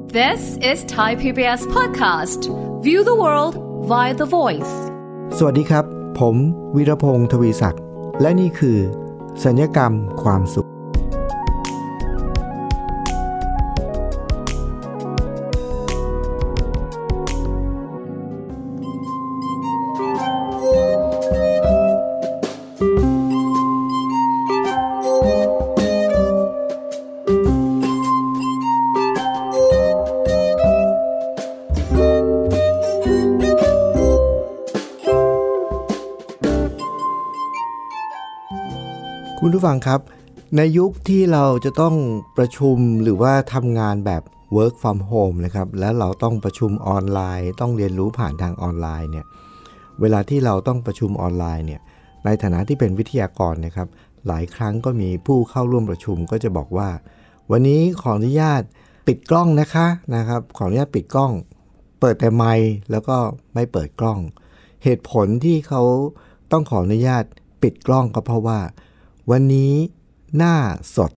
This is Thai PBS podcast. View the world via the voice. สวัสดีครับผมวีรพงศ์ทวีศักดิ์และนี่คือสัญญกรรมความสุขคุณผู้ฟังครับในยุคที่เราจะต้องประชุมหรือว่าทำงานแบบ work from home นะครับแล้วเราต้องประชุมออนไลน์ต้องเรียนรู้ผ่านทางออนไลน์เนี่ยเวลาที่เราต้องประชุมออนไลน์เนี่ยในฐานะที่เป็นวิทยากรนะครับหลายครั้งก็มีผู้เข้าร่วมประชุมก็จะบอกว่าวันนี้ขออนุญาตปิดกล้องนะครับขออนุญาตปิดกล้องเปิดแต่ไมค์แล้วก็ไม่เปิดกล้องเหตุผลที่เขาต้องขออนุญาตปิดกล้องก็เพราะว่าวันนี้หน้าสด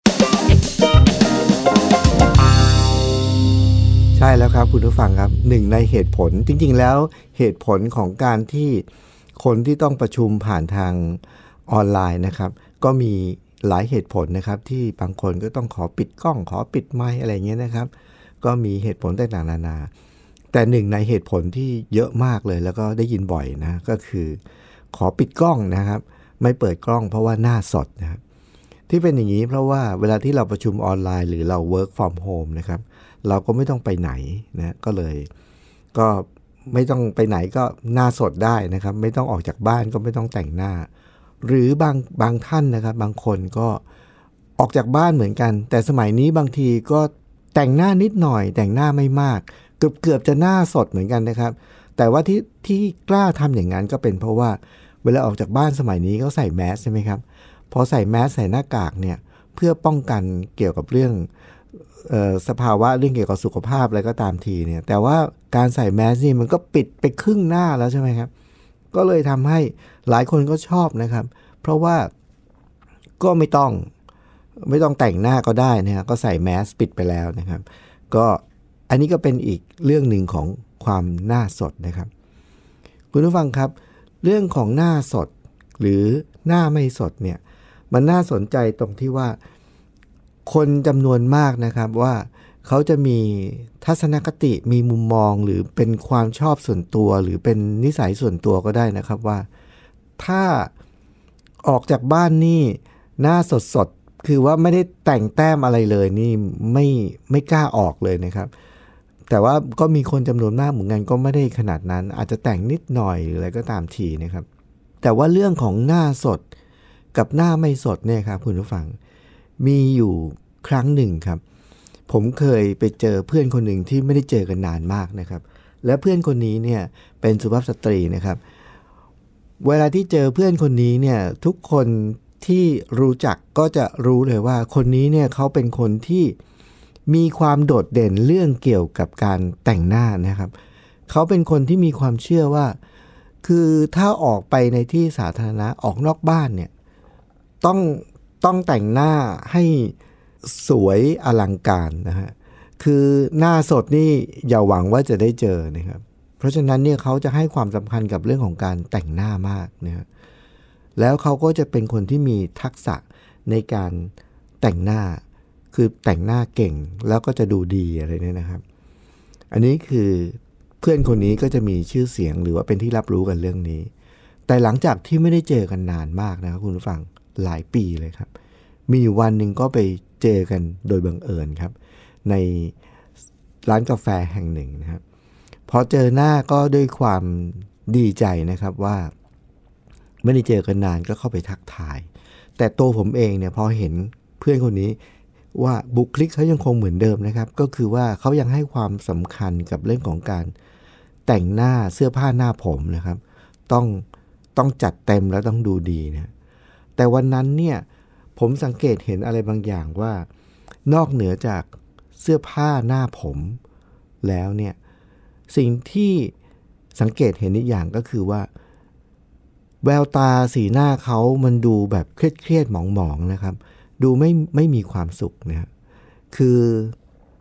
ใช่แล้วครับคุณผู้ฟังครับหนึ่งในเหตุผลจริงๆแล้วเหตุผลของการที่คนที่ต้องประชุมผ่านทางออนไลน์นะครับก็มีหลายเหตุผลนะครับที่บางคนก็ต้องขอปิดกล้องขอปิดไมค์อะไรเงี้ยนะครับก็มีเหตุผลต่างๆนานาแต่หนึ่งในเหตุผลที่เยอะมากเลยแล้วก็ได้ยินบ่อยนะก็คือขอปิดกล้องนะครับไม่เปิดกล้องเพราะว่าหน้าสดนะครับที่เป็นอย่างนี้เพราะว่าเวลาที่เราประชุมออนไลน์หรือเรา work from home นะครับเราก็ไม่ต้องไปไหนนะก็ไม่ต้องไปไหนก็หน้าสดได้นะครับไม่ต้องออกจากบ้านก็ไม่ต้องแต่งหน้าหรือบางท่านนะครับบางคนก็ออกจากบ้านเหมือนกันแต่สมัยนี้บางทีก็แต่งหน้านิดหน่อยแต่งหน้าไม่มากเกือบจะหน้าสดเหมือนกันนะครับแต่ว่าที่กล้าทำอย่างนั้นก็เป็นเพราะว่าเวลาออกจากบ้านสมัยนี้เขาใส่แมสใช่ไหมครับพอใส่แมสใส่หน้ากากเนี่ยเพื่อป้องกันเกี่ยวกับเรื่องสภาวะเรื่องเกี่ยวกับสุขภาพอะไรก็ตามทีเนี่ยแต่ว่าการใส่แมสนี่มันก็ปิดไปครึ่งหน้าแล้วใช่ไหมครับก็เลยทำให้หลายคนก็ชอบนะครับเพราะว่าก็ไม่ต้องแต่งหน้าก็ได้นะก็ใส่แมสปิดไปแล้วนะครับก็อันนี้ก็เป็นอีกเรื่องหนึ่งของความหน้าสดนะครับคุณผู้ฟังครับเรื่องของหน้าสดหรือหน้าไม่สดเนี่ยมันน่าสนใจตรงที่ว่าคนจำนวนมากนะครับว่าเขาจะมีทัศนคติมีมุมมองหรือเป็นความชอบส่วนตัวหรือเป็นนิสัยส่วนตัวก็ได้นะครับว่าถ้าออกจากบ้านนี่หน้าสดคือว่าไม่ได้แต่งแต้มอะไรเลยนี่ไม่กล้าออกเลยนะครับแต่ว่าก็มีคนจำนวนมากเหมือนกันก็ไม่ได้ขนาดนั้นอาจจะแต่งนิดหน่อยหรืออะไรก็ตามทีนะครับแต่ว่าเรื่องของหน้าสดกับหน้าไม่สดเนี่ยครับคุณผู้ฟังมีอยู่ครั้งหนึ่งครับผมเคยไปเจอเพื่อนคนหนึ่งที่ไม่ได้เจอกันนานมากนะครับและเพื่อนคนนี้เนี่ยเป็นสุภาพสตรีนะครับเวลาที่เจอเพื่อนคนนี้เนี่ยทุกคนที่รู้จักก็จะรู้เลยว่าคนนี้เนี่ยเขาเป็นคนที่มีความโดดเด่นเรื่องเกี่ยวกับการแต่งหน้านะครับเขาเป็นคนที่มีความเชื่อว่าคือถ้าออกไปในที่สาธารณะออกนอกบ้านเนี่ยต้องแต่งหน้าให้สวยอลังการนะฮะคือหน้าสดนี่อย่าหวังว่าจะได้เจอนะครับเพราะฉะนั้นเนี่ยเขาจะให้ความสำคัญกับเรื่องของการแต่งหน้ามากนะฮะแล้วเขาก็จะเป็นคนที่มีทักษะในการแต่งหน้าคือแต่งหน้าเก่งแล้วก็จะดูดีอะไรเนี่ยนะครับอันนี้คือเพื่อนคนนี้ก็จะมีชื่อเสียงหรือว่าเป็นที่รับรู้กันเรื่องนี้แต่หลังจากที่ไม่ได้เจอกันนานมากนะครับคุณผู้ฟังหลายปีเลยครับมีอยู่วันหนึ่งก็ไปเจอกันโดยบังเอิญครับในร้านกาแฟแห่งหนึ่งนะครับพอเจอหน้าก็ด้วยความดีใจนะครับว่าไม่ได้เจอกันนานก็เข้าไปทักทายแต่ตัวผมเองเนี่ยพอเห็นเพื่อนคนนี้ว่าบุคลิกเขายังคงเหมือนเดิมนะครับก็คือว่าเขายังให้ความสำคัญกับเรื่องของการแต่งหน้าเสื้อผ้าหน้าผมนะครับต้องจัดเต็มแล้วต้องดูดีนะแต่วันนั้นเนี่ยผมสังเกตเห็นอะไรบางอย่างว่านอกเหนือจากเสื้อผ้าหน้าผมแล้วเนี่ยสิ่งที่สังเกตเห็นอีกอย่างก็คือว่าแววตาสีหน้าเขามันดูแบบเครียดๆหมองๆนะครับดูไม่มีความสุขนะคือ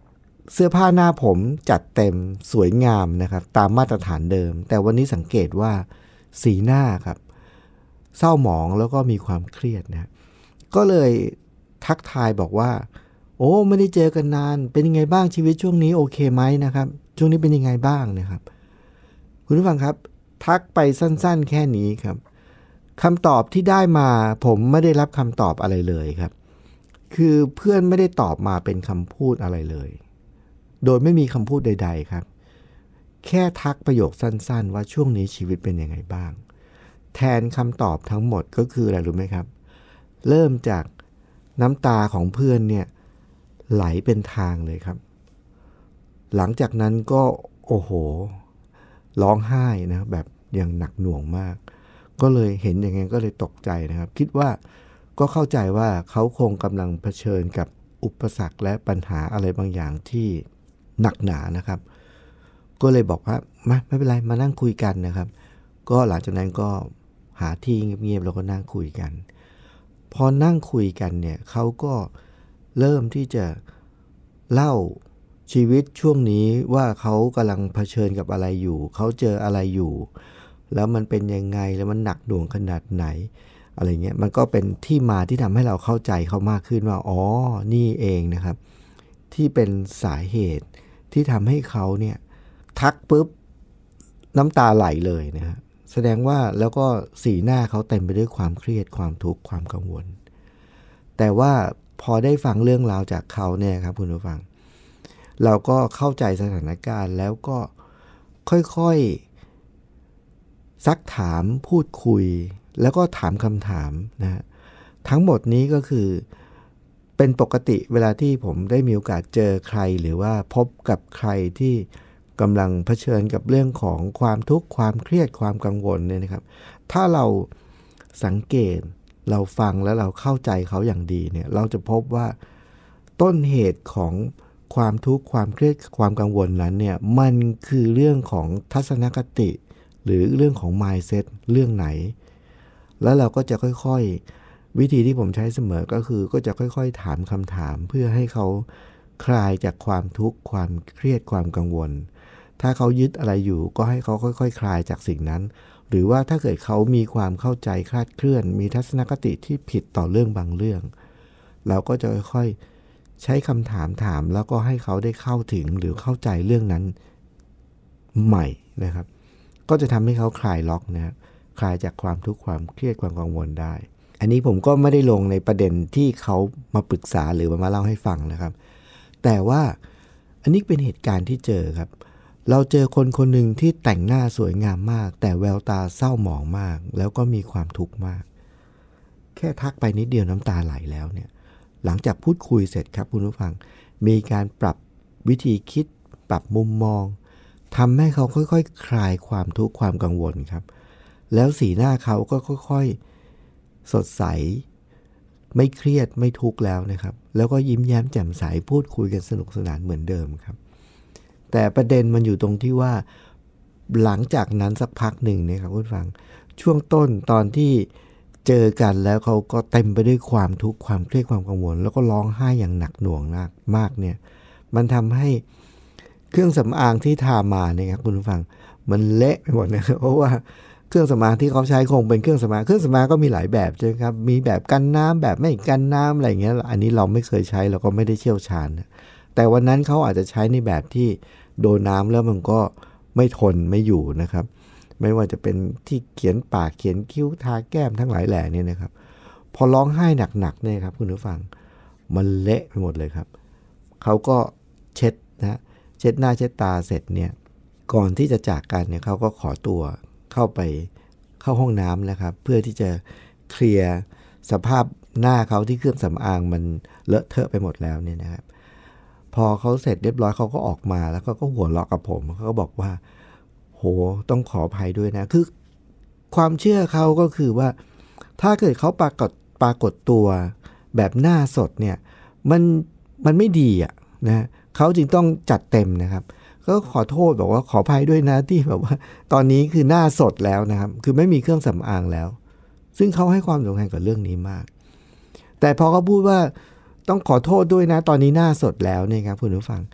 เสื้อผ้าหน้าผมจัดเต็มสวยงามนะครับตามมาตรฐานเดิมแต่วันนี้สังเกตว่าสีหน้าครับเศร้าหมองแล้วก็มีความเครียดนะก็เลยทักทายบอกว่าโอ้ไม่ได้เจอกันนานเป็นยังไงบ้างชีวิตช่วงนี้โอเคไหมนะครับช่วงนี้เป็นยังไงบ้างนะครับคุณผู้ฟังครับทักไปสั้นๆแค่นี้ครับคำตอบที่ได้มาผมไม่ได้รับคำตอบอะไรเลยครับคือเพื่อนไม่ได้ตอบมาเป็นคำพูดอะไรเลยโดยไม่มีคำพูดใดๆครับแค่ทักประโยคสั้นๆว่าช่วงนี้ชีวิตเป็นยังไงบ้างแทนคำตอบทั้งหมดก็คืออะไรรู้ไหมครับเริ่มจากน้ำตาของเพื่อนเนี่ยไหลเป็นทางเลยครับหลังจากนั้นก็โอ้โหร้องไห้นะแบบอย่างหนักหน่วงมากก็เลยเห็นอย่างงี้ก็เลยตกใจนะครับคิดว่าก็เข้าใจว่าเขาคงกำลังเผชิญกับอุปสรรคและปัญหาอะไรบางอย่างที่หนักหนานะครับก็เลยบอกว่าไม่เป็นไรมานั่งคุยกันนะครับก็หลังจากนั้นก็หาที่เงียบๆแล้วก็นั่งคุยกันพอนั่งคุยกันเนี่ยเขาก็เริ่มที่จะเล่าชีวิตช่วงนี้ว่าเขากำลังเผชิญกับอะไรอยู่เขาเจออะไรอยู่แล้วมันเป็นยังไงแล้วมันหนักหน่วงขนาดไหนอะไรเงี้ยมันก็เป็นที่มาที่ทำให้เราเข้าใจเขามากขึ้นว่าอ๋อนี่เองนะครับที่เป็นสาเหตุที่ทำให้เขาเนี่ยทักปุ๊บน้ำตาไหลเลยนะฮะแสดงว่าแล้วก็สีหน้าเขาเต็มไปด้วยความเครียดความทุกข์ความกังวลแต่ว่าพอได้ฟังเรื่องราวจากเขาเนี่ยครับคุณผู้ฟังเราก็เข้าใจสถานการณ์แล้วก็ค่อยๆซักถามพูดคุยแล้วก็ถามคำถามนะทั้งหมดนี้ก็คือเป็นปกติเวลาที่ผมได้มีโอกาสเจอใครหรือว่าพบกับใครที่กำลังเผชิญกับเรื่องของความทุกข์ความเครียดความกังวลเนี่ยนะครับถ้าเราสังเกตเราฟังแล้วเราเข้าใจเขาอย่างดีเนี่ยเราจะพบว่าต้นเหตุของความทุกข์ความเครียดความกังวลนั้นเนี่ยมันคือเรื่องของทัศนคติหรือเรื่องของ mindset เรื่องไหนแล้วเราก็จะค่อยๆวิธีที่ผมใช้เสมอก็คือก็จะค่อยๆถามคำถามเพื่อให้เขาคลายจากความทุกข์ความเครียดความกังวลถ้าเขายึดอะไรอยู่ก็ให้เขาค่อยๆคลายจากสิ่งนั้นหรือว่าถ้าเกิดเขามีความเข้าใจคลาดเคลื่อนมีทัศนคติที่ผิดต่อเรื่องบางเรื่องเราก็จะค่อยๆใช้คำถามถามแล้วก็ให้เขาได้เข้าถึงหรือเข้าใจเรื่องนั้นใหม่นะครับก็จะทำให้เขาคลายล็อกนะครับคลายจากความทุกข์ความเครียดความกังวลได้อันนี้ผมก็ไม่ได้ลงในประเด็นที่เขามาปรึกษาหรือมาเล่าให้ฟังนะครับแต่ว่าอันนี้เป็นเหตุการณ์ที่เจอครับเราเจอคนคนหนึ่งที่แต่งหน้าสวยงามมากแต่แววตาเศร้าหมองมากแล้วก็มีความทุกข์มากแค่ทักไปนิดเดียวน้ำตาไหลแล้วเนี่ยหลังจากพูดคุยเสร็จครับคุณผู้ฟังมีการปรับวิธีคิดปรับมุมมองทำให้เขาค่อยๆ คลายความทุกข์ความกังวลครับแล้วสีหน้าเขาก็ค่อยๆสดใสไม่เครียดไม่ทุกข์แล้วนะครับแล้วก็ยิ้มแย้มแจ่มใสพูดคุยกันสนุกสนานเหมือนเดิมครับแต่ประเด็นมันอยู่ตรงที่ว่าหลังจากนั้นสักพักหนึ่งเนี่ยครับคุณฟังช่วงต้นตอนที่เจอกันแล้วเขาก็เต็มไปด้วยความทุกข์ความเครียดความกังวลแล้วก็ร้องไห้อย่างหนักหน่วงมากเนี่ยมันทำให้เครื่องสำอางที่ทามาเนี่ยครับคุณฟังมันเละไปหมดนะเพราะว่าเครื่องสำอางที่เขาใช้คงเป็นเครื่องสำอางก็มีหลายแบบใช่ไหมครับมีแบบกันน้ำแบบไม่กันน้ำอะไรอย่างเงี้ยอันนี้เราไม่เคยใช้เราก็ไม่ได้เชี่ยวชาญนะแต่วันนั้นเขาอาจจะใช้ในแบบที่โดนน้ำแล้วมันก็ไม่ทนไม่อยู่นะครับไม่ว่าจะเป็นที่เขียนปากเขียนคิ้วทาแก้มทั้งหลายแหล่เนี่ยนะครับพอร้องไห้หนักๆเนี่ยครับคุณผู้ฟังมันเละไปหมดเลยครับเขาก็เช็ดเช็ดหน้าเช็ดตาเสร็จเนี่ยก่อนที่จะจากกันเนี่ยเขาก็ขอตัวเข้าห้องน้ำนะครับเพื่อที่จะเคลียร์สภาพหน้าเขาที่เครื่องสำอางมันเลอะเทอะไปหมดแล้วเนี่ยนะครับพอเขาเสร็จเรียบร้อยเขาก็ออกมาแล้วก็หัวเราะกับผมเขาก็บอกว่าโหต้องขออภัยด้วยนะคือความเชื่อเขาก็คือว่าถ้าเกิดเขาปรากฏตัวแบบหน้าสดเนี่ยมันไม่ดีอ่ะนะเขาจึงต้องจัดเต็มนะครับก็ขอโทษบอกว่าขออภัยด้วยนะที่แบบว่าตอนนี้คือหน้าสดแล้วนะครับคือไม่มีเครื่องสำอางแล้วซึ่งเขาให้ความสำคัญกับเรื่องนี้มากแต่พอเขาพูดว่าต้องขอโทษด้วยนะตอนนี้หน้าสดแล้วเนี่ยครับคุณผู้ฟัง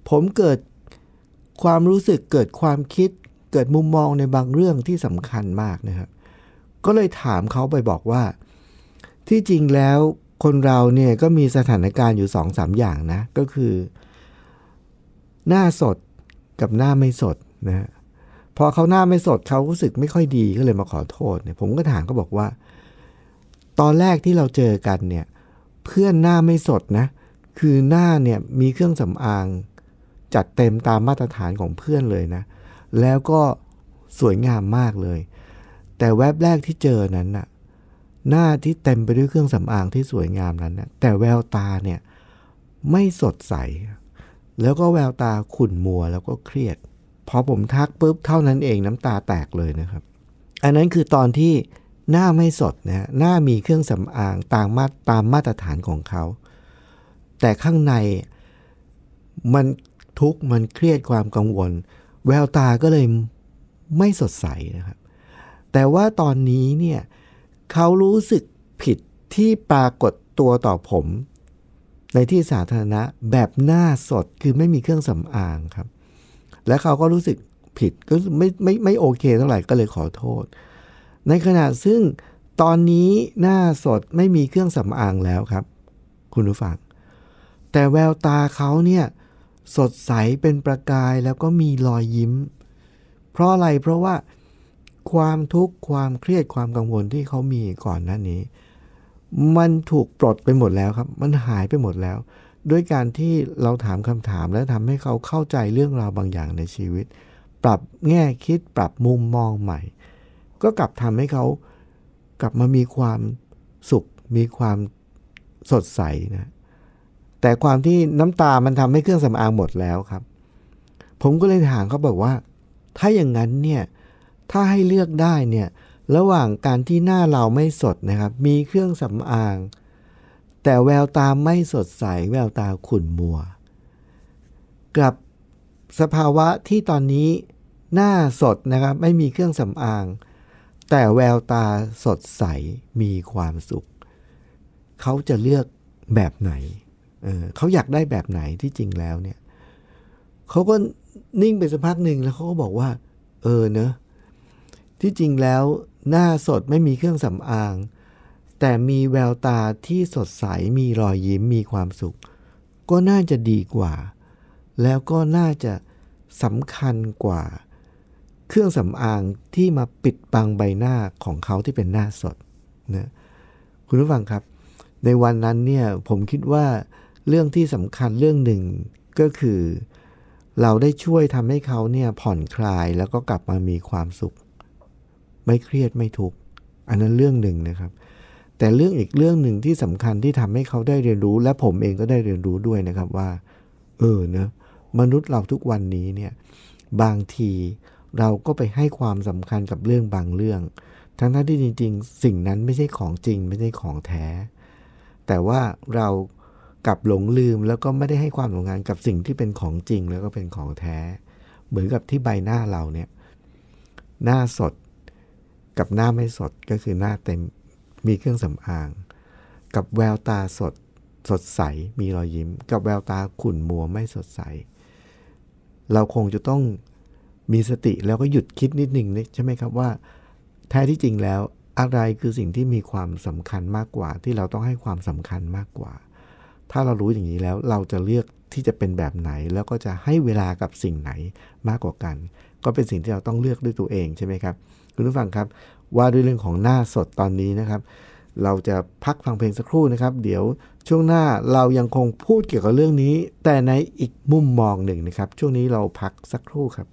ผมเกิดความรู้สึกเกิดความคิดเกิดมุมมองในบางเรื่องที่สำคัญมากนะครับก็เลยถามเขาไปบอกว่าที่จริงแล้วคนเราเนี่ยก็มีสถานการณ์อยู่ 2-3 อย่างนะก็คือหน้าสดกับหน้าไม่สดนะพอเขาหน้าไม่สดเขารู้สึกไม่ค่อยดีก็เลยมาขอโทษเนี่ยผมก็ถามเขาบอกว่าตอนแรกที่เราเจอกันเนี่ยเพื่อนหน้าไม่สดนะคือหน้าเนี่ยมีเครื่องสำอางจัดเต็มตามมาตรฐานของเพื่อนเลยนะแล้วก็สวยงามมากเลยแต่แวบแรกที่เจอนั้นน่ะหน้าที่เต็มไปด้วยเครื่องสำอางที่สวยงามนั้นนะแต่แววตาเนี่ยไม่สดใสแล้วก็แววตาขุ่นมัวแล้วก็เครียดพอผมทักปุ๊บเท่านั้นเองน้ำตาแตกเลยนะครับอันนั้นคือตอนที่หน้าไม่สดนะหน้ามีเครื่องสำอางตามมาตรฐานของเขาแต่ข้างในมันทุกข์มันเครียดความกังวลแววตาก็เลยไม่สดใสนะครับแต่ว่าตอนนี้เนี่ยเขารู้สึกผิดที่ปรากฏตัวต่อผมในที่สาธารณะแบบหน้าสดคือไม่มีเครื่องสำอางครับและเขาก็รู้สึกผิดก็ไม่โอเคเท่าไหร่ก็เลยขอโทษในขณะซึ่งตอนนี้หน้าสดไม่มีเครื่องสำอางแล้วครับคุณผู้ฟังแต่แววตาเขาเนี่ยสดใสเป็นประกายแล้วก็มีรอยยิ้มเพราะอะไรเพราะว่าความทุกข์ความเครียดความกังวลที่เขามีก่อนหน้านี้มันถูกปลดไปหมดแล้วครับมันหายไปหมดแล้วด้วยการที่เราถามคำถามและทำให้เขาเข้าใจเรื่องราวบางอย่างในชีวิตปรับแง่คิดปรับมุมมองใหม่ก็กลับทำให้เขากลับมามีความสุขมีความสดใสนะแต่ความที่น้ำตามันทำให้เครื่องสำอางหมดแล้วครับผมก็เลยถามเขาบอกว่าถ้าอย่างนั้นเนี่ยถ้าให้เลือกได้เนี่ยระหว่างการที่หน้าเราไม่สดนะครับมีเครื่องสำอางแต่แววตาไม่สดใสแววตาขุ่นมัวกับสภาวะที่ตอนนี้หน้าสดนะครับไม่มีเครื่องสำอางแต่แววตาสดใสมีความสุขเขาจะเลือกแบบไหนเขาอยากได้แบบไหนที่จริงแล้วเนี่ยเขาก็นิ่งไปสักพักหนึ่งแล้วเขาก็บอกว่าเนอะที่จริงแล้วหน้าสดไม่มีเครื่องสำอางแต่มีแววตาที่สดใสมีรอยยิ้มมีความสุขก็น่าจะดีกว่าแล้วก็น่าจะสำคัญกว่าเครื่องสำอางที่มาปิดบังใบหน้าของเขาที่เป็นหน้าสดนะคุณผู้ฟังครับในวันนั้นเนี่ยผมคิดว่าเรื่องที่สำคัญเรื่องหนึ่งก็คือเราได้ช่วยทำให้เขาเนี่ยผ่อนคลายแล้วก็กลับมามีความสุขไม่เครียดไม่ทุกข์อันนั้นเรื่องหนึ่งนะครับแต่เรื่องอีกเรื่องหนึ่งที่สำคัญที่ทำให้เขาได้เรียนรู้และผมเองก็ได้เรียนรู้ด้วยนะครับว่าเนอะมนุษย์เราทุกวันนี้เนี่ยบางทีเราก็ไปให้ความสำคัญกับเรื่องบางเรื่องทั้งที่จริงๆสิ่งนั้นไม่ใช่ของจริงไม่ใช่ของแท้แต่ว่าเรากลับหลงลืมแล้วก็ไม่ได้ให้ความสำคัญกับสิ่งที่เป็นของจริงแล้วก็เป็นของแท้เหมือนกับที่ใบหน้าเราเนี่ยหน้าสดกับหน้าไม่สดก็คือหน้าเต็มมีเครื่องสำอางกับแววตาสดใสมีรอยยิ้มกับแววตาขุ่นมัวไม่สดใสเราคงจะต้องมีสติแล้วก็หยุดคิดนิดนึงใช่ไหมครับว่าแท้ที่จริงแล้วอะไรคือสิ่งที่มีความสำคัญมากกว่าที่เราต้องให้ความสำคัญมากกว่าถ้าเรารู้อย่างนี้แล้วเราจะเลือกที่จะเป็นแบบไหนแล้วก็จะให้เวลากับสิ่งไหนมากกว่ากันก็เป็นสิ่งที่เราต้องเลือกด้วยตัวเองใช่ไหมครับคุณผู้ฟังครับว่าด้วยเรื่องของหน้าสดตอนนี้นะครับเราจะพักฟังเพลงสักครู่นะครับเดี๋ยวช่วงหน้าเรายังคงพูดเกี่ยวกับเรื่องนี้แต่ในอีกมุมมองหนึ่งนะครับช่วงนี้เราพักสักครู่ครับ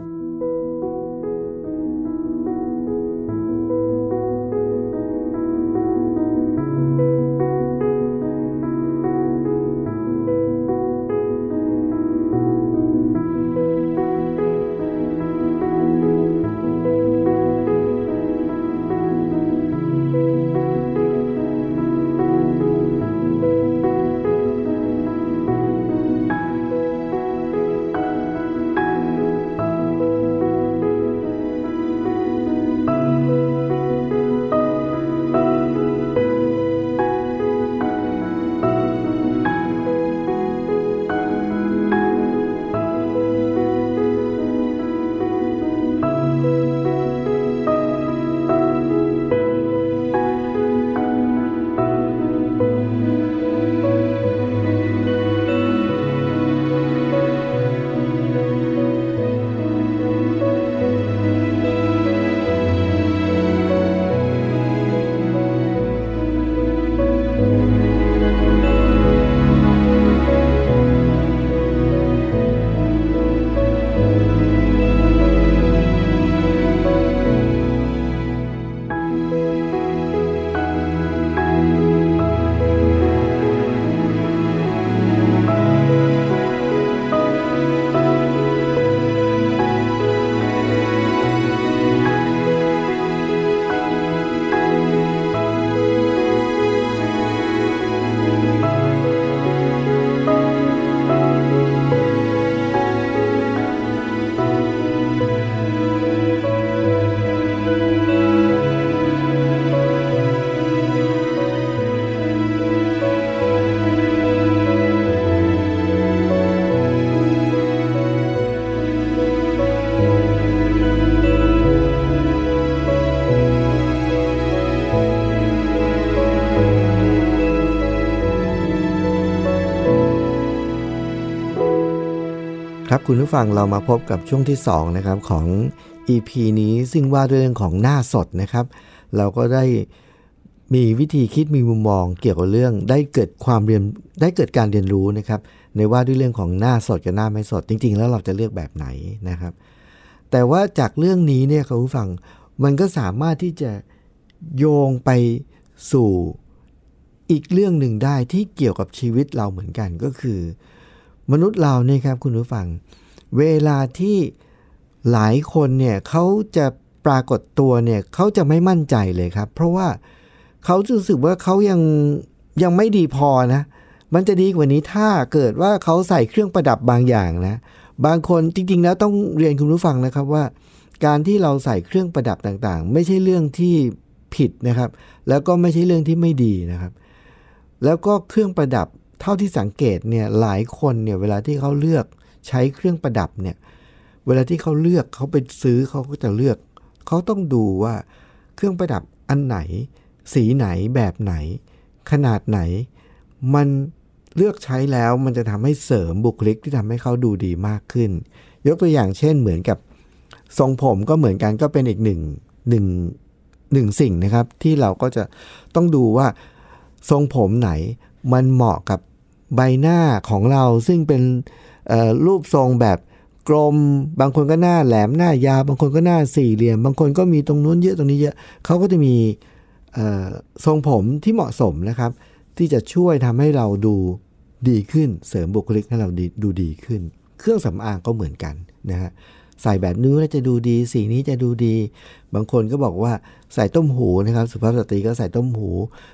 คุณผู้ฟังเรามาพบกับช่วงที่2นะครับของ EP นี้ซึ่งว่าด้วยเรื่องของหน้าสดนะครับเราก็ได้มีวิธีคิดมีมุมมองเกี่ยวกับเรื่องได้เกิดการเรียนรู้นะครับในว่าด้วยเรื่องของหน้าสดกับหน้าไม่สดจริงๆแล้วเราจะเลือกแบบไหนนะครับแต่ว่าจากเรื่องนี้เนี่ยคุณผู้ฟังมันก็สามารถที่จะโยงไปสู่อีกเรื่องหนึ่งได้ที่เกี่ยวกับชีวิตเราเหมือนกันก็คือมนุษย์เราเนี่ยครับคุณผู้ฟังเวลาที่หลายคนเนี่ยเขาจะปรากฏตัวเนี่ยเขาจะไม่มั่นใจเลยครับเพราะว่าเขารู้สึกว่าเขายังไม่ดีพอนะมันจะดีกว่านี้ถ้าเกิดว่าเขาใส่เครื่องประดับบางอย่างนะบางคนจริงๆแล้วต้องเรียนคุณผู้ฟังนะครับว่าการที่เราใส่เครื่องประดับต่างๆไม่ใช่เรื่องที่ผิดนะครับแล้วก็ไม่ใช่เรื่องที่ไม่ดีนะครับแล้วก็เครื่องประดับเท่าที่สังเกตเนี่ยหลายคนเนี่ยเวลาที่เขาเลือกใช้เครื่องประดับเนี่ยเวลาที่เขาเลือกเขาไปซื้อเขาก็จะเลือกเขาต้องดูว่าเครื่องประดับอันไหนสีไหนแบบไหนขนาดไหนมันเลือกใช้แล้วมันจะทำให้เสริมบุคลิกที่ทำให้เขาดูดีมากขึ้นยกตัวอย่างเช่นเหมือนกับทรงผมก็เหมือนกันก็เป็นอีกหนึ่งสิ่งนะครับที่เราก็จะต้องดูว่าทรงผมไหนมันเหมาะกับใบหน้าของเราซึ่งเป็นรูปทรงแบบกลมบางคนก็หน้าแหลมหน้ายาวบางคนก็หน้าสี่เหลี่ยมบางคนก็มีตรงนู้นเยอะตรงนี้เยอะเขาก็จะมีทรงผมที่เหมาะสมนะครับที่จะช่วยทำให้เราดูดีขึ้นเสริมบุคลิกให้เราดูดีขึ้นเครื่องสำอางก็เหมือนกันนะฮะใส่แบบนี้แล้วจะดูดีสีนี้จะดูดีบางคนก็บอกว่าใส่ต้มหูนะครับสุภาพสตรีก็ใส่ต้มหู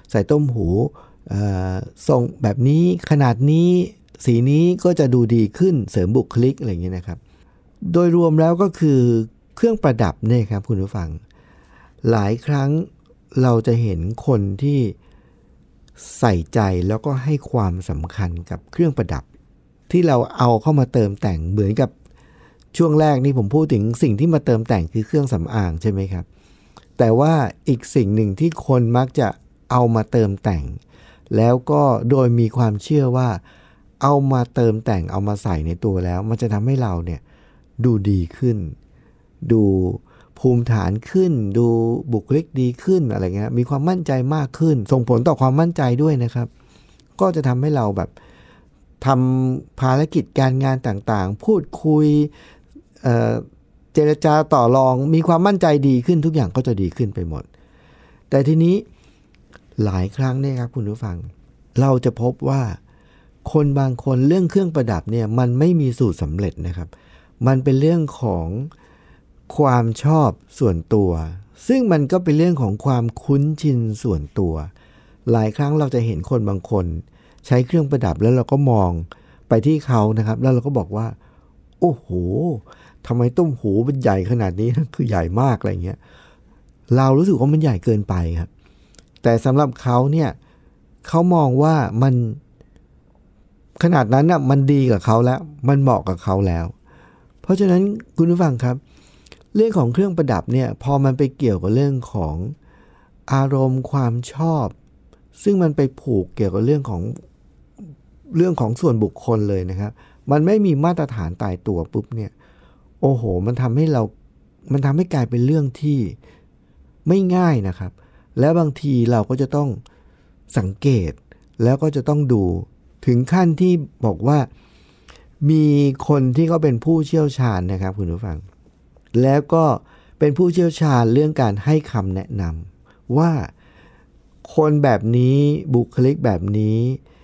ทรงแบบนี้ขนาดนี้สีนี้ก็จะดูดีขึ้นเสริมบุคลิกอะไรอย่างเงี้ยนะครับโดยรวมแล้วก็คือเครื่องประดับเนี่ยครับคุณผู้ฟังหลายครั้งเราจะเห็นคนที่ใส่ใจแล้วก็ให้ความสำคัญกับเครื่องประดับที่เราเอาเข้ามาเติมแต่งเหมือนกับช่วงแรกนี่ผมพูดถึงสิ่งที่มาเติมแต่งคือเครื่องสำอางใช่ไหมครับแต่ว่าอีกสิ่งหนึ่งที่คนมักจะเอามาเติมแต่งแล้วก็โดยมีความเชื่อว่าเอามาเติมแต่งเอามาใส่ในตัวแล้วมันจะทำให้เราเนี่ยดูดีขึ้นดูภูมิฐานขึ้นดูบุคลิกดีขึ้นอะไรเงี้ยมีความมั่นใจมากขึ้นส่งผลต่อความมั่นใจด้วยนะครับก็จะทำให้เราแบบทำภารกิจการงานต่างๆพูดคุยเจรจาต่อรองมีความมั่นใจดีขึ้นทุกอย่างก็จะดีขึ้นไปหมดแต่ทีนี้หลายครั้งเนี่ยครับคุณผู้ฟังเราจะพบว่าคนบางคนเรื่องเครื่องประดับเนี่ยมันไม่มีสูตรสำเร็จนะครับมันเป็นเรื่องของความชอบส่วนตัวซึ่งมันก็เป็นเรื่องของความคุ้นชินส่วนตัวหลายครั้งเราจะเห็นคนบางคนใช้เครื่องประดับแล้วเราก็มองไปที่เขานะครับแล้วเราก็บอกว่าโอ้โหทำไมต้มหูมันใหญ่ขนาดนี้คือใหญ่มากอะไรเงี้ยเรารู้สึกว่ามันใหญ่เกินไปครับแต่สำหรับเขาเนี่ยเขามองว่ามันขนาดนั้นน่ะมันดีกับเขาแล้วมันเหมาะกับเขาแล้วเพราะฉะนั้นคุณผู้ฟังครับเรื่องของเครื่องประดับเนี่ยพอมันไปเกี่ยวกับเรื่องของอารมณ์ความชอบซึ่งมันไปผูกเกี่ยวกับเรื่องของส่วนบุคคลเลยนะครับมันไม่มีมาตรฐานตายตัวปุ๊บเนี่ยโอ้โหมันทำให้กลายเป็นเรื่องที่ไม่ง่ายนะครับแล้วบางทีเราก็จะต้องสังเกตแล้วก็จะต้องดูถึงขั้นที่บอกว่ามีคนที่เขาเป็นผู้เชี่ยวชาญนะครับคุณผู้ฟังแล้วก็เป็นผู้เชี่ยวชาญเรื่องการให้คำแนะนำว่าคนแบบนี้บุคลิกแบบนี้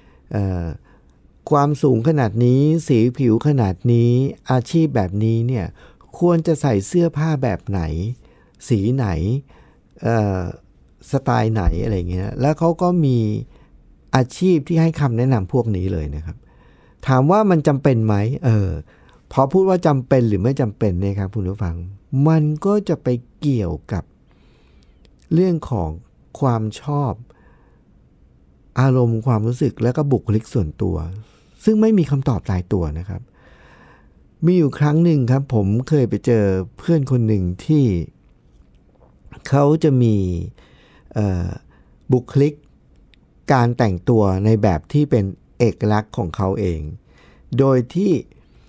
ความสูงขนาดนี้สีผิวขนาดนี้อาชีพแบบนี้เนี่ยควรจะใส่เสื้อผ้าแบบไหนสีไหนสไตล์ไหนอะไรเงี้ยแล้วเขาก็มีอาชีพที่ให้คำแนะนำพวกนี้เลยนะครับถามว่ามันจำเป็นไหมพอพูดว่าจำเป็นหรือไม่จำเป็นเนี่ยครับคุณผู้ฟังมันก็จะไปเกี่ยวกับเรื่องของความชอบอารมณ์ความรู้สึกและก็บุคลิกส่วนตัวซึ่งไม่มีคำตอบตายตัวนะครับมีอยู่ครั้งหนึ่งครับผมเคยไปเจอเพื่อนคนหนึ่งที่เขาจะมีบุคลิกการแต่งตัวในแบบที่เป็นเอกลักษณ์ของเขาเองโดยที่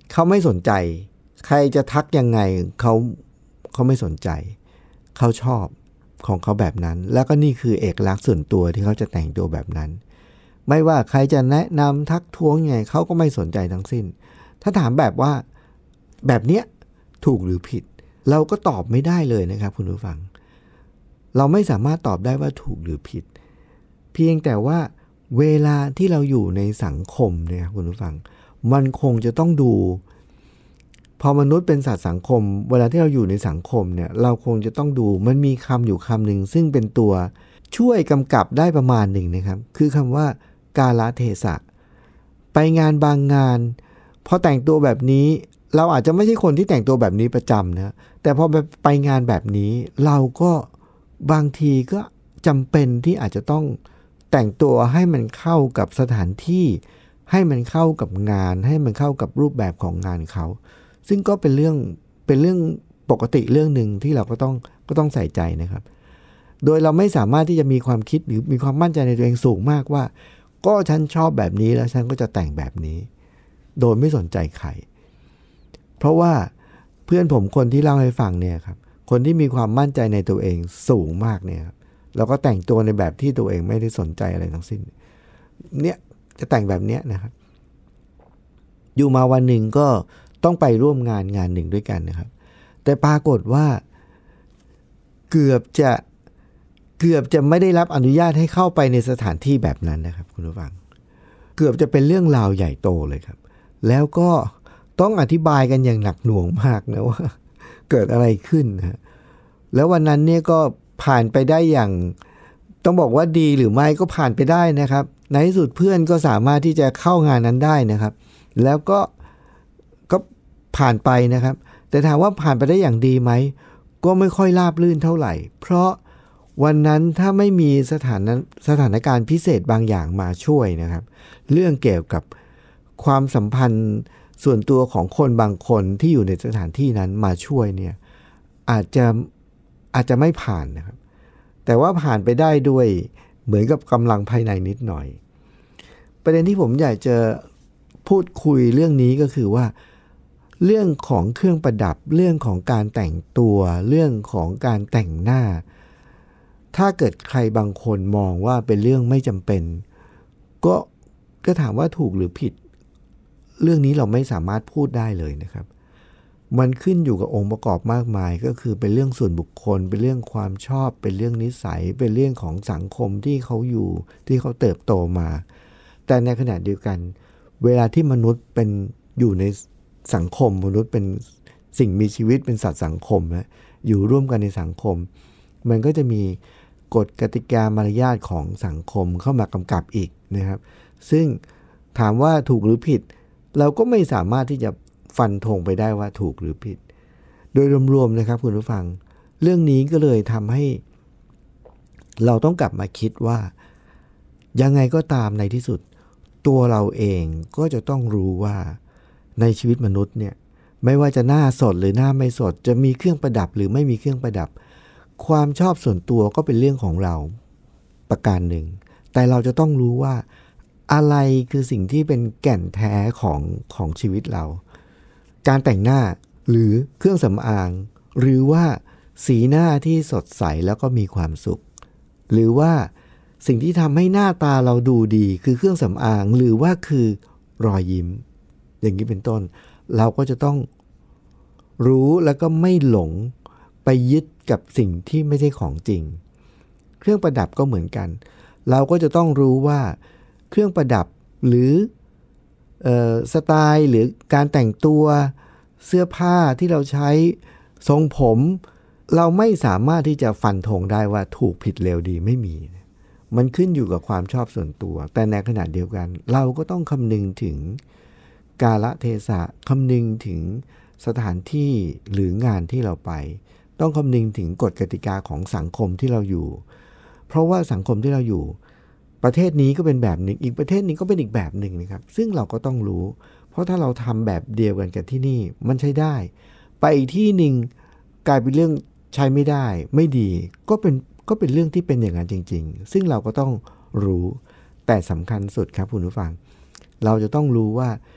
เขาไม่สนใจใครจะทักยังไงเขาไม่สนใจเขาชอบของเขาแบบนั้นแล้วก็นี่คือเอกลักษณ์ส่วนตัวที่เขาจะแต่งตัวแบบนั้นไม่ว่าใครจะแนะนำทักท้วงไงเขาก็ไม่สนใจทั้งสิ้นถ้าถามแบบว่าแบบเนี้ยถูกหรือผิดเราก็ตอบไม่ได้เลยนะครับคุณผู้ฟังเราไม่สามารถตอบได้ว่าถูกหรือผิดเพียงแต่ว่าเวลาที่เราอยู่ในสังคมเนี่ยคุณผู้ฟังมันคงจะต้องดูพอมนุษย์เป็นสัตว์สังคมเวลาที่เราอยู่ในสังคมเนี่ยเราคงจะต้องดูมันมีคำอยู่คำหนึ่งซึ่งเป็นตัวช่วยกำกับได้ประมาณหนึ่งนะครับคือคำว่ากาลเทศะไปงานบางงานพอแต่งตัวแบบนี้เราอาจจะไม่ใช่คนที่แต่งตัวแบบนี้ประจำนะแต่พอไปงานแบบนี้เราก็บางทีก็จำเป็นที่อาจจะต้องแต่งตัวให้มันเข้ากับสถานที่ให้มันเข้ากับงานให้มันเข้ากับรูปแบบของงานเขาซึ่งก็เป็นเรื่องปกติเรื่องหนึ่งที่เราก็ต้องใส่ใจนะครับโดยเราไม่สามารถที่จะมีความคิดหรือมีความมั่นใจในตัวเองสูงมากว่าก็ฉันชอบแบบนี้แล้วฉันก็จะแต่งแบบนี้โดยไม่สนใจใครเพราะว่าเพื่อนผมคนที่เล่าให้ฟังเนี่ยครับคนที่มีความมั่นใจในตัวเองสูงมากเนี่ยครับแล้วก็แต่งตัวในแบบที่ตัวเองไม่ได้สนใจอะไรทั้งสิ้นเนี่ยจะแต่งแบบเนี้ยนะครับอยู่มาวันหนึ่งก็ต้องไปร่วมงานหนึ่งด้วยกันนะครับแต่ปรากฏว่าเกือบจะไม่ได้รับอนุญาตให้เข้าไปในสถานที่แบบนั้นนะครับคุณผู้ฟังเกือบจะเป็นเรื่องราวใหญ่โตเลยครับแล้วก็ต้องอธิบายกันอย่างหนักหน่วงมากนะว่าเกิดอะไรขึ้นนะแล้ววันนั้นเนี่ยก็ผ่านไปได้อย่างต้องบอกว่าดีหรือไม่ก็ผ่านไปได้นะครับในที่สุดเพื่อนก็สามารถที่จะเข้างานนั้นได้นะครับแล้วก็ผ่านไปนะครับแต่ถามว่าผ่านไปได้อย่างดีไหมก็ไม่ค่อยราบรื่นเท่าไหร่เพราะวันนั้นถ้าไม่มีสถานการณ์พิเศษบางอย่างมาช่วยนะครับเรื่องเกี่ยวกับความสัมพันธ์ส่วนตัวของคนบางคนที่อยู่ในสถานที่นั้นมาช่วยเนี่ยอาจจะไม่ผ่านนะครับแต่ว่าผ่านไปได้ด้วยเหมือนกับกำลังภายในนิดหน่อยประเด็นที่ผมอยากจะพูดคุยเรื่องนี้ก็คือว่าเรื่องของเครื่องประดับเรื่องของการแต่งตัวเรื่องของการแต่งหน้าถ้าเกิดใครบางคนมองว่าเป็นเรื่องไม่จำเป็นก็ถามว่าถูกหรือผิดเรื่องนี้เราไม่สามารถพูดได้เลยนะครับมันขึ้นอยู่กับองค์ประกอบมากมายก็คือเป็นเรื่องส่วนบุคคลเป็นเรื่องความชอบเป็นเรื่องนิสัยเป็นเรื่องของสังคมที่เขาอยู่ที่เขาเติบโตมาแต่ในขณะเดียวกันเวลาที่มนุษย์เป็นอยู่ในสังคมมนุษย์เป็นสิ่งมีชีวิตเป็นสัตว์สังคมนะอยู่ร่วมกันในสังคมมันก็จะมีกฎกติกามารยาทของสังคมเข้ามากำกับอีกนะครับซึ่งถามว่าถูกหรือผิดเราก็ไม่สามารถที่จะฟันธงไปได้ว่าถูกหรือผิดโดยรวมๆนะครับคุณผู้ฟังเรื่องนี้ก็เลยทำให้เราต้องกลับมาคิดว่ายังไงก็ตามในที่สุดตัวเราเองก็จะต้องรู้ว่าในชีวิตมนุษย์เนี่ยไม่ว่าจะหน้าสดหรือหน้าไม่สดจะมีเครื่องประดับหรือไม่มีเครื่องประดับความชอบส่วนตัวก็เป็นเรื่องของเราประการหนึ่งแต่เราจะต้องรู้ว่าอะไรคือสิ่งที่เป็นแก่นแท้ของชีวิตเราการแต่งหน้าหรือเครื่องสำอางหรือว่าสีหน้าที่สดใสแล้วก็มีความสุขหรือว่าสิ่งที่ทำให้หน้าตาเราดูดีคือเครื่องสำอางหรือว่าคือรอยยิ้มอย่างนี้เป็นต้นเราก็จะต้องรู้แล้วก็ไม่หลงไปยึดกับสิ่งที่ไม่ใช่ของจริงเครื่องประดับก็เหมือนกันเราก็จะต้องรู้ว่าเครื่องประดับหรือสไตล์หรือการแต่งตัวเสื้อผ้าที่เราใช้ทรงผมเราไม่สามารถที่จะฟันธงได้ว่าถูกผิดเลวดีไม่มีมันขึ้นอยู่กับความชอบส่วนตัวแต่ในขณะเดียวกันเราก็ต้องคำนึงถึงกาลเทศะคำนึงถึงสถานที่หรืองานที่เราไปต้องคำนึงถึงกฎกติกาของสังคมที่เราอยู่เพราะว่าสังคมที่เราอยู่ประเทศนี้ก็เป็นแบบนึงอีกประเทศนี้ก็เป็นอีกแบบหนึ่งนะครับซึ่งเราก็ต้องรู้เพราะถ้าเราทำแบบเดียวกันกับที่นี่มันใช้ได้ไปอีกที่หนึ่งกลายเป็นเรื่องใช้ไม่ได้ไม่ดีก็เป็นเรื่องที่เป็นอย่างนั้นจริงๆซึ่งเราก็ต้องรู้แต่สำคัญสุดครับคุณผู้ฟังเราจะต้องรู้ว่า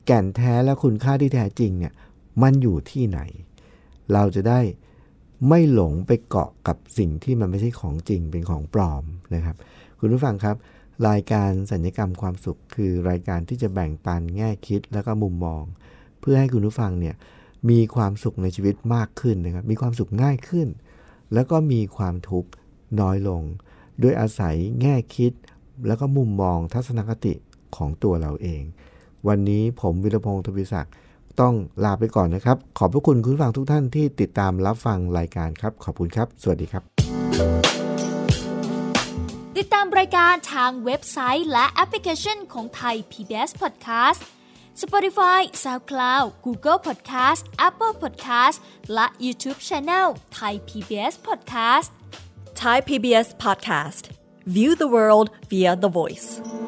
แก่นแท้และคุณค่าที่แท้จริงเนี่ยมันอยู่ที่ไหนเราจะได้ไม่หลงไปเกาะกับสิ่งที่มันไม่ใช่ของจริงเป็นของปลอมนะครับคุณผู้ฟังครับรายการสัญญกรรมความสุขคือรายการที่จะแบ่งปันแง่คิดและก็มุมมองเพื่อให้คุณผู้ฟังเนี่ยมีความสุขในชีวิตมากขึ้นนะครับมีความสุขง่ายขึ้นแล้วก็มีความทุกข์น้อยลงโดยอาศัยแง่คิดแล้วก็มุมมองทัศนคติของตัวเราเองวันนี้ผมวิรพงษ์ ทวีศักดิ์ต้องลาไปก่อนนะครับขอบพระคุณคุณผู้ฟังทุกท่านที่ติดตามรับฟังรายการครับขอบคุณครับสวัสดีครับติดตามรายการทางเว็บไซต์และแอปพลิเคชันของไทย PBS Podcast Spotify SoundCloud Google Podcast Apple Podcast และ YouTube Channel Thai PBS Podcast Thai PBS Podcast. View the world via the voice.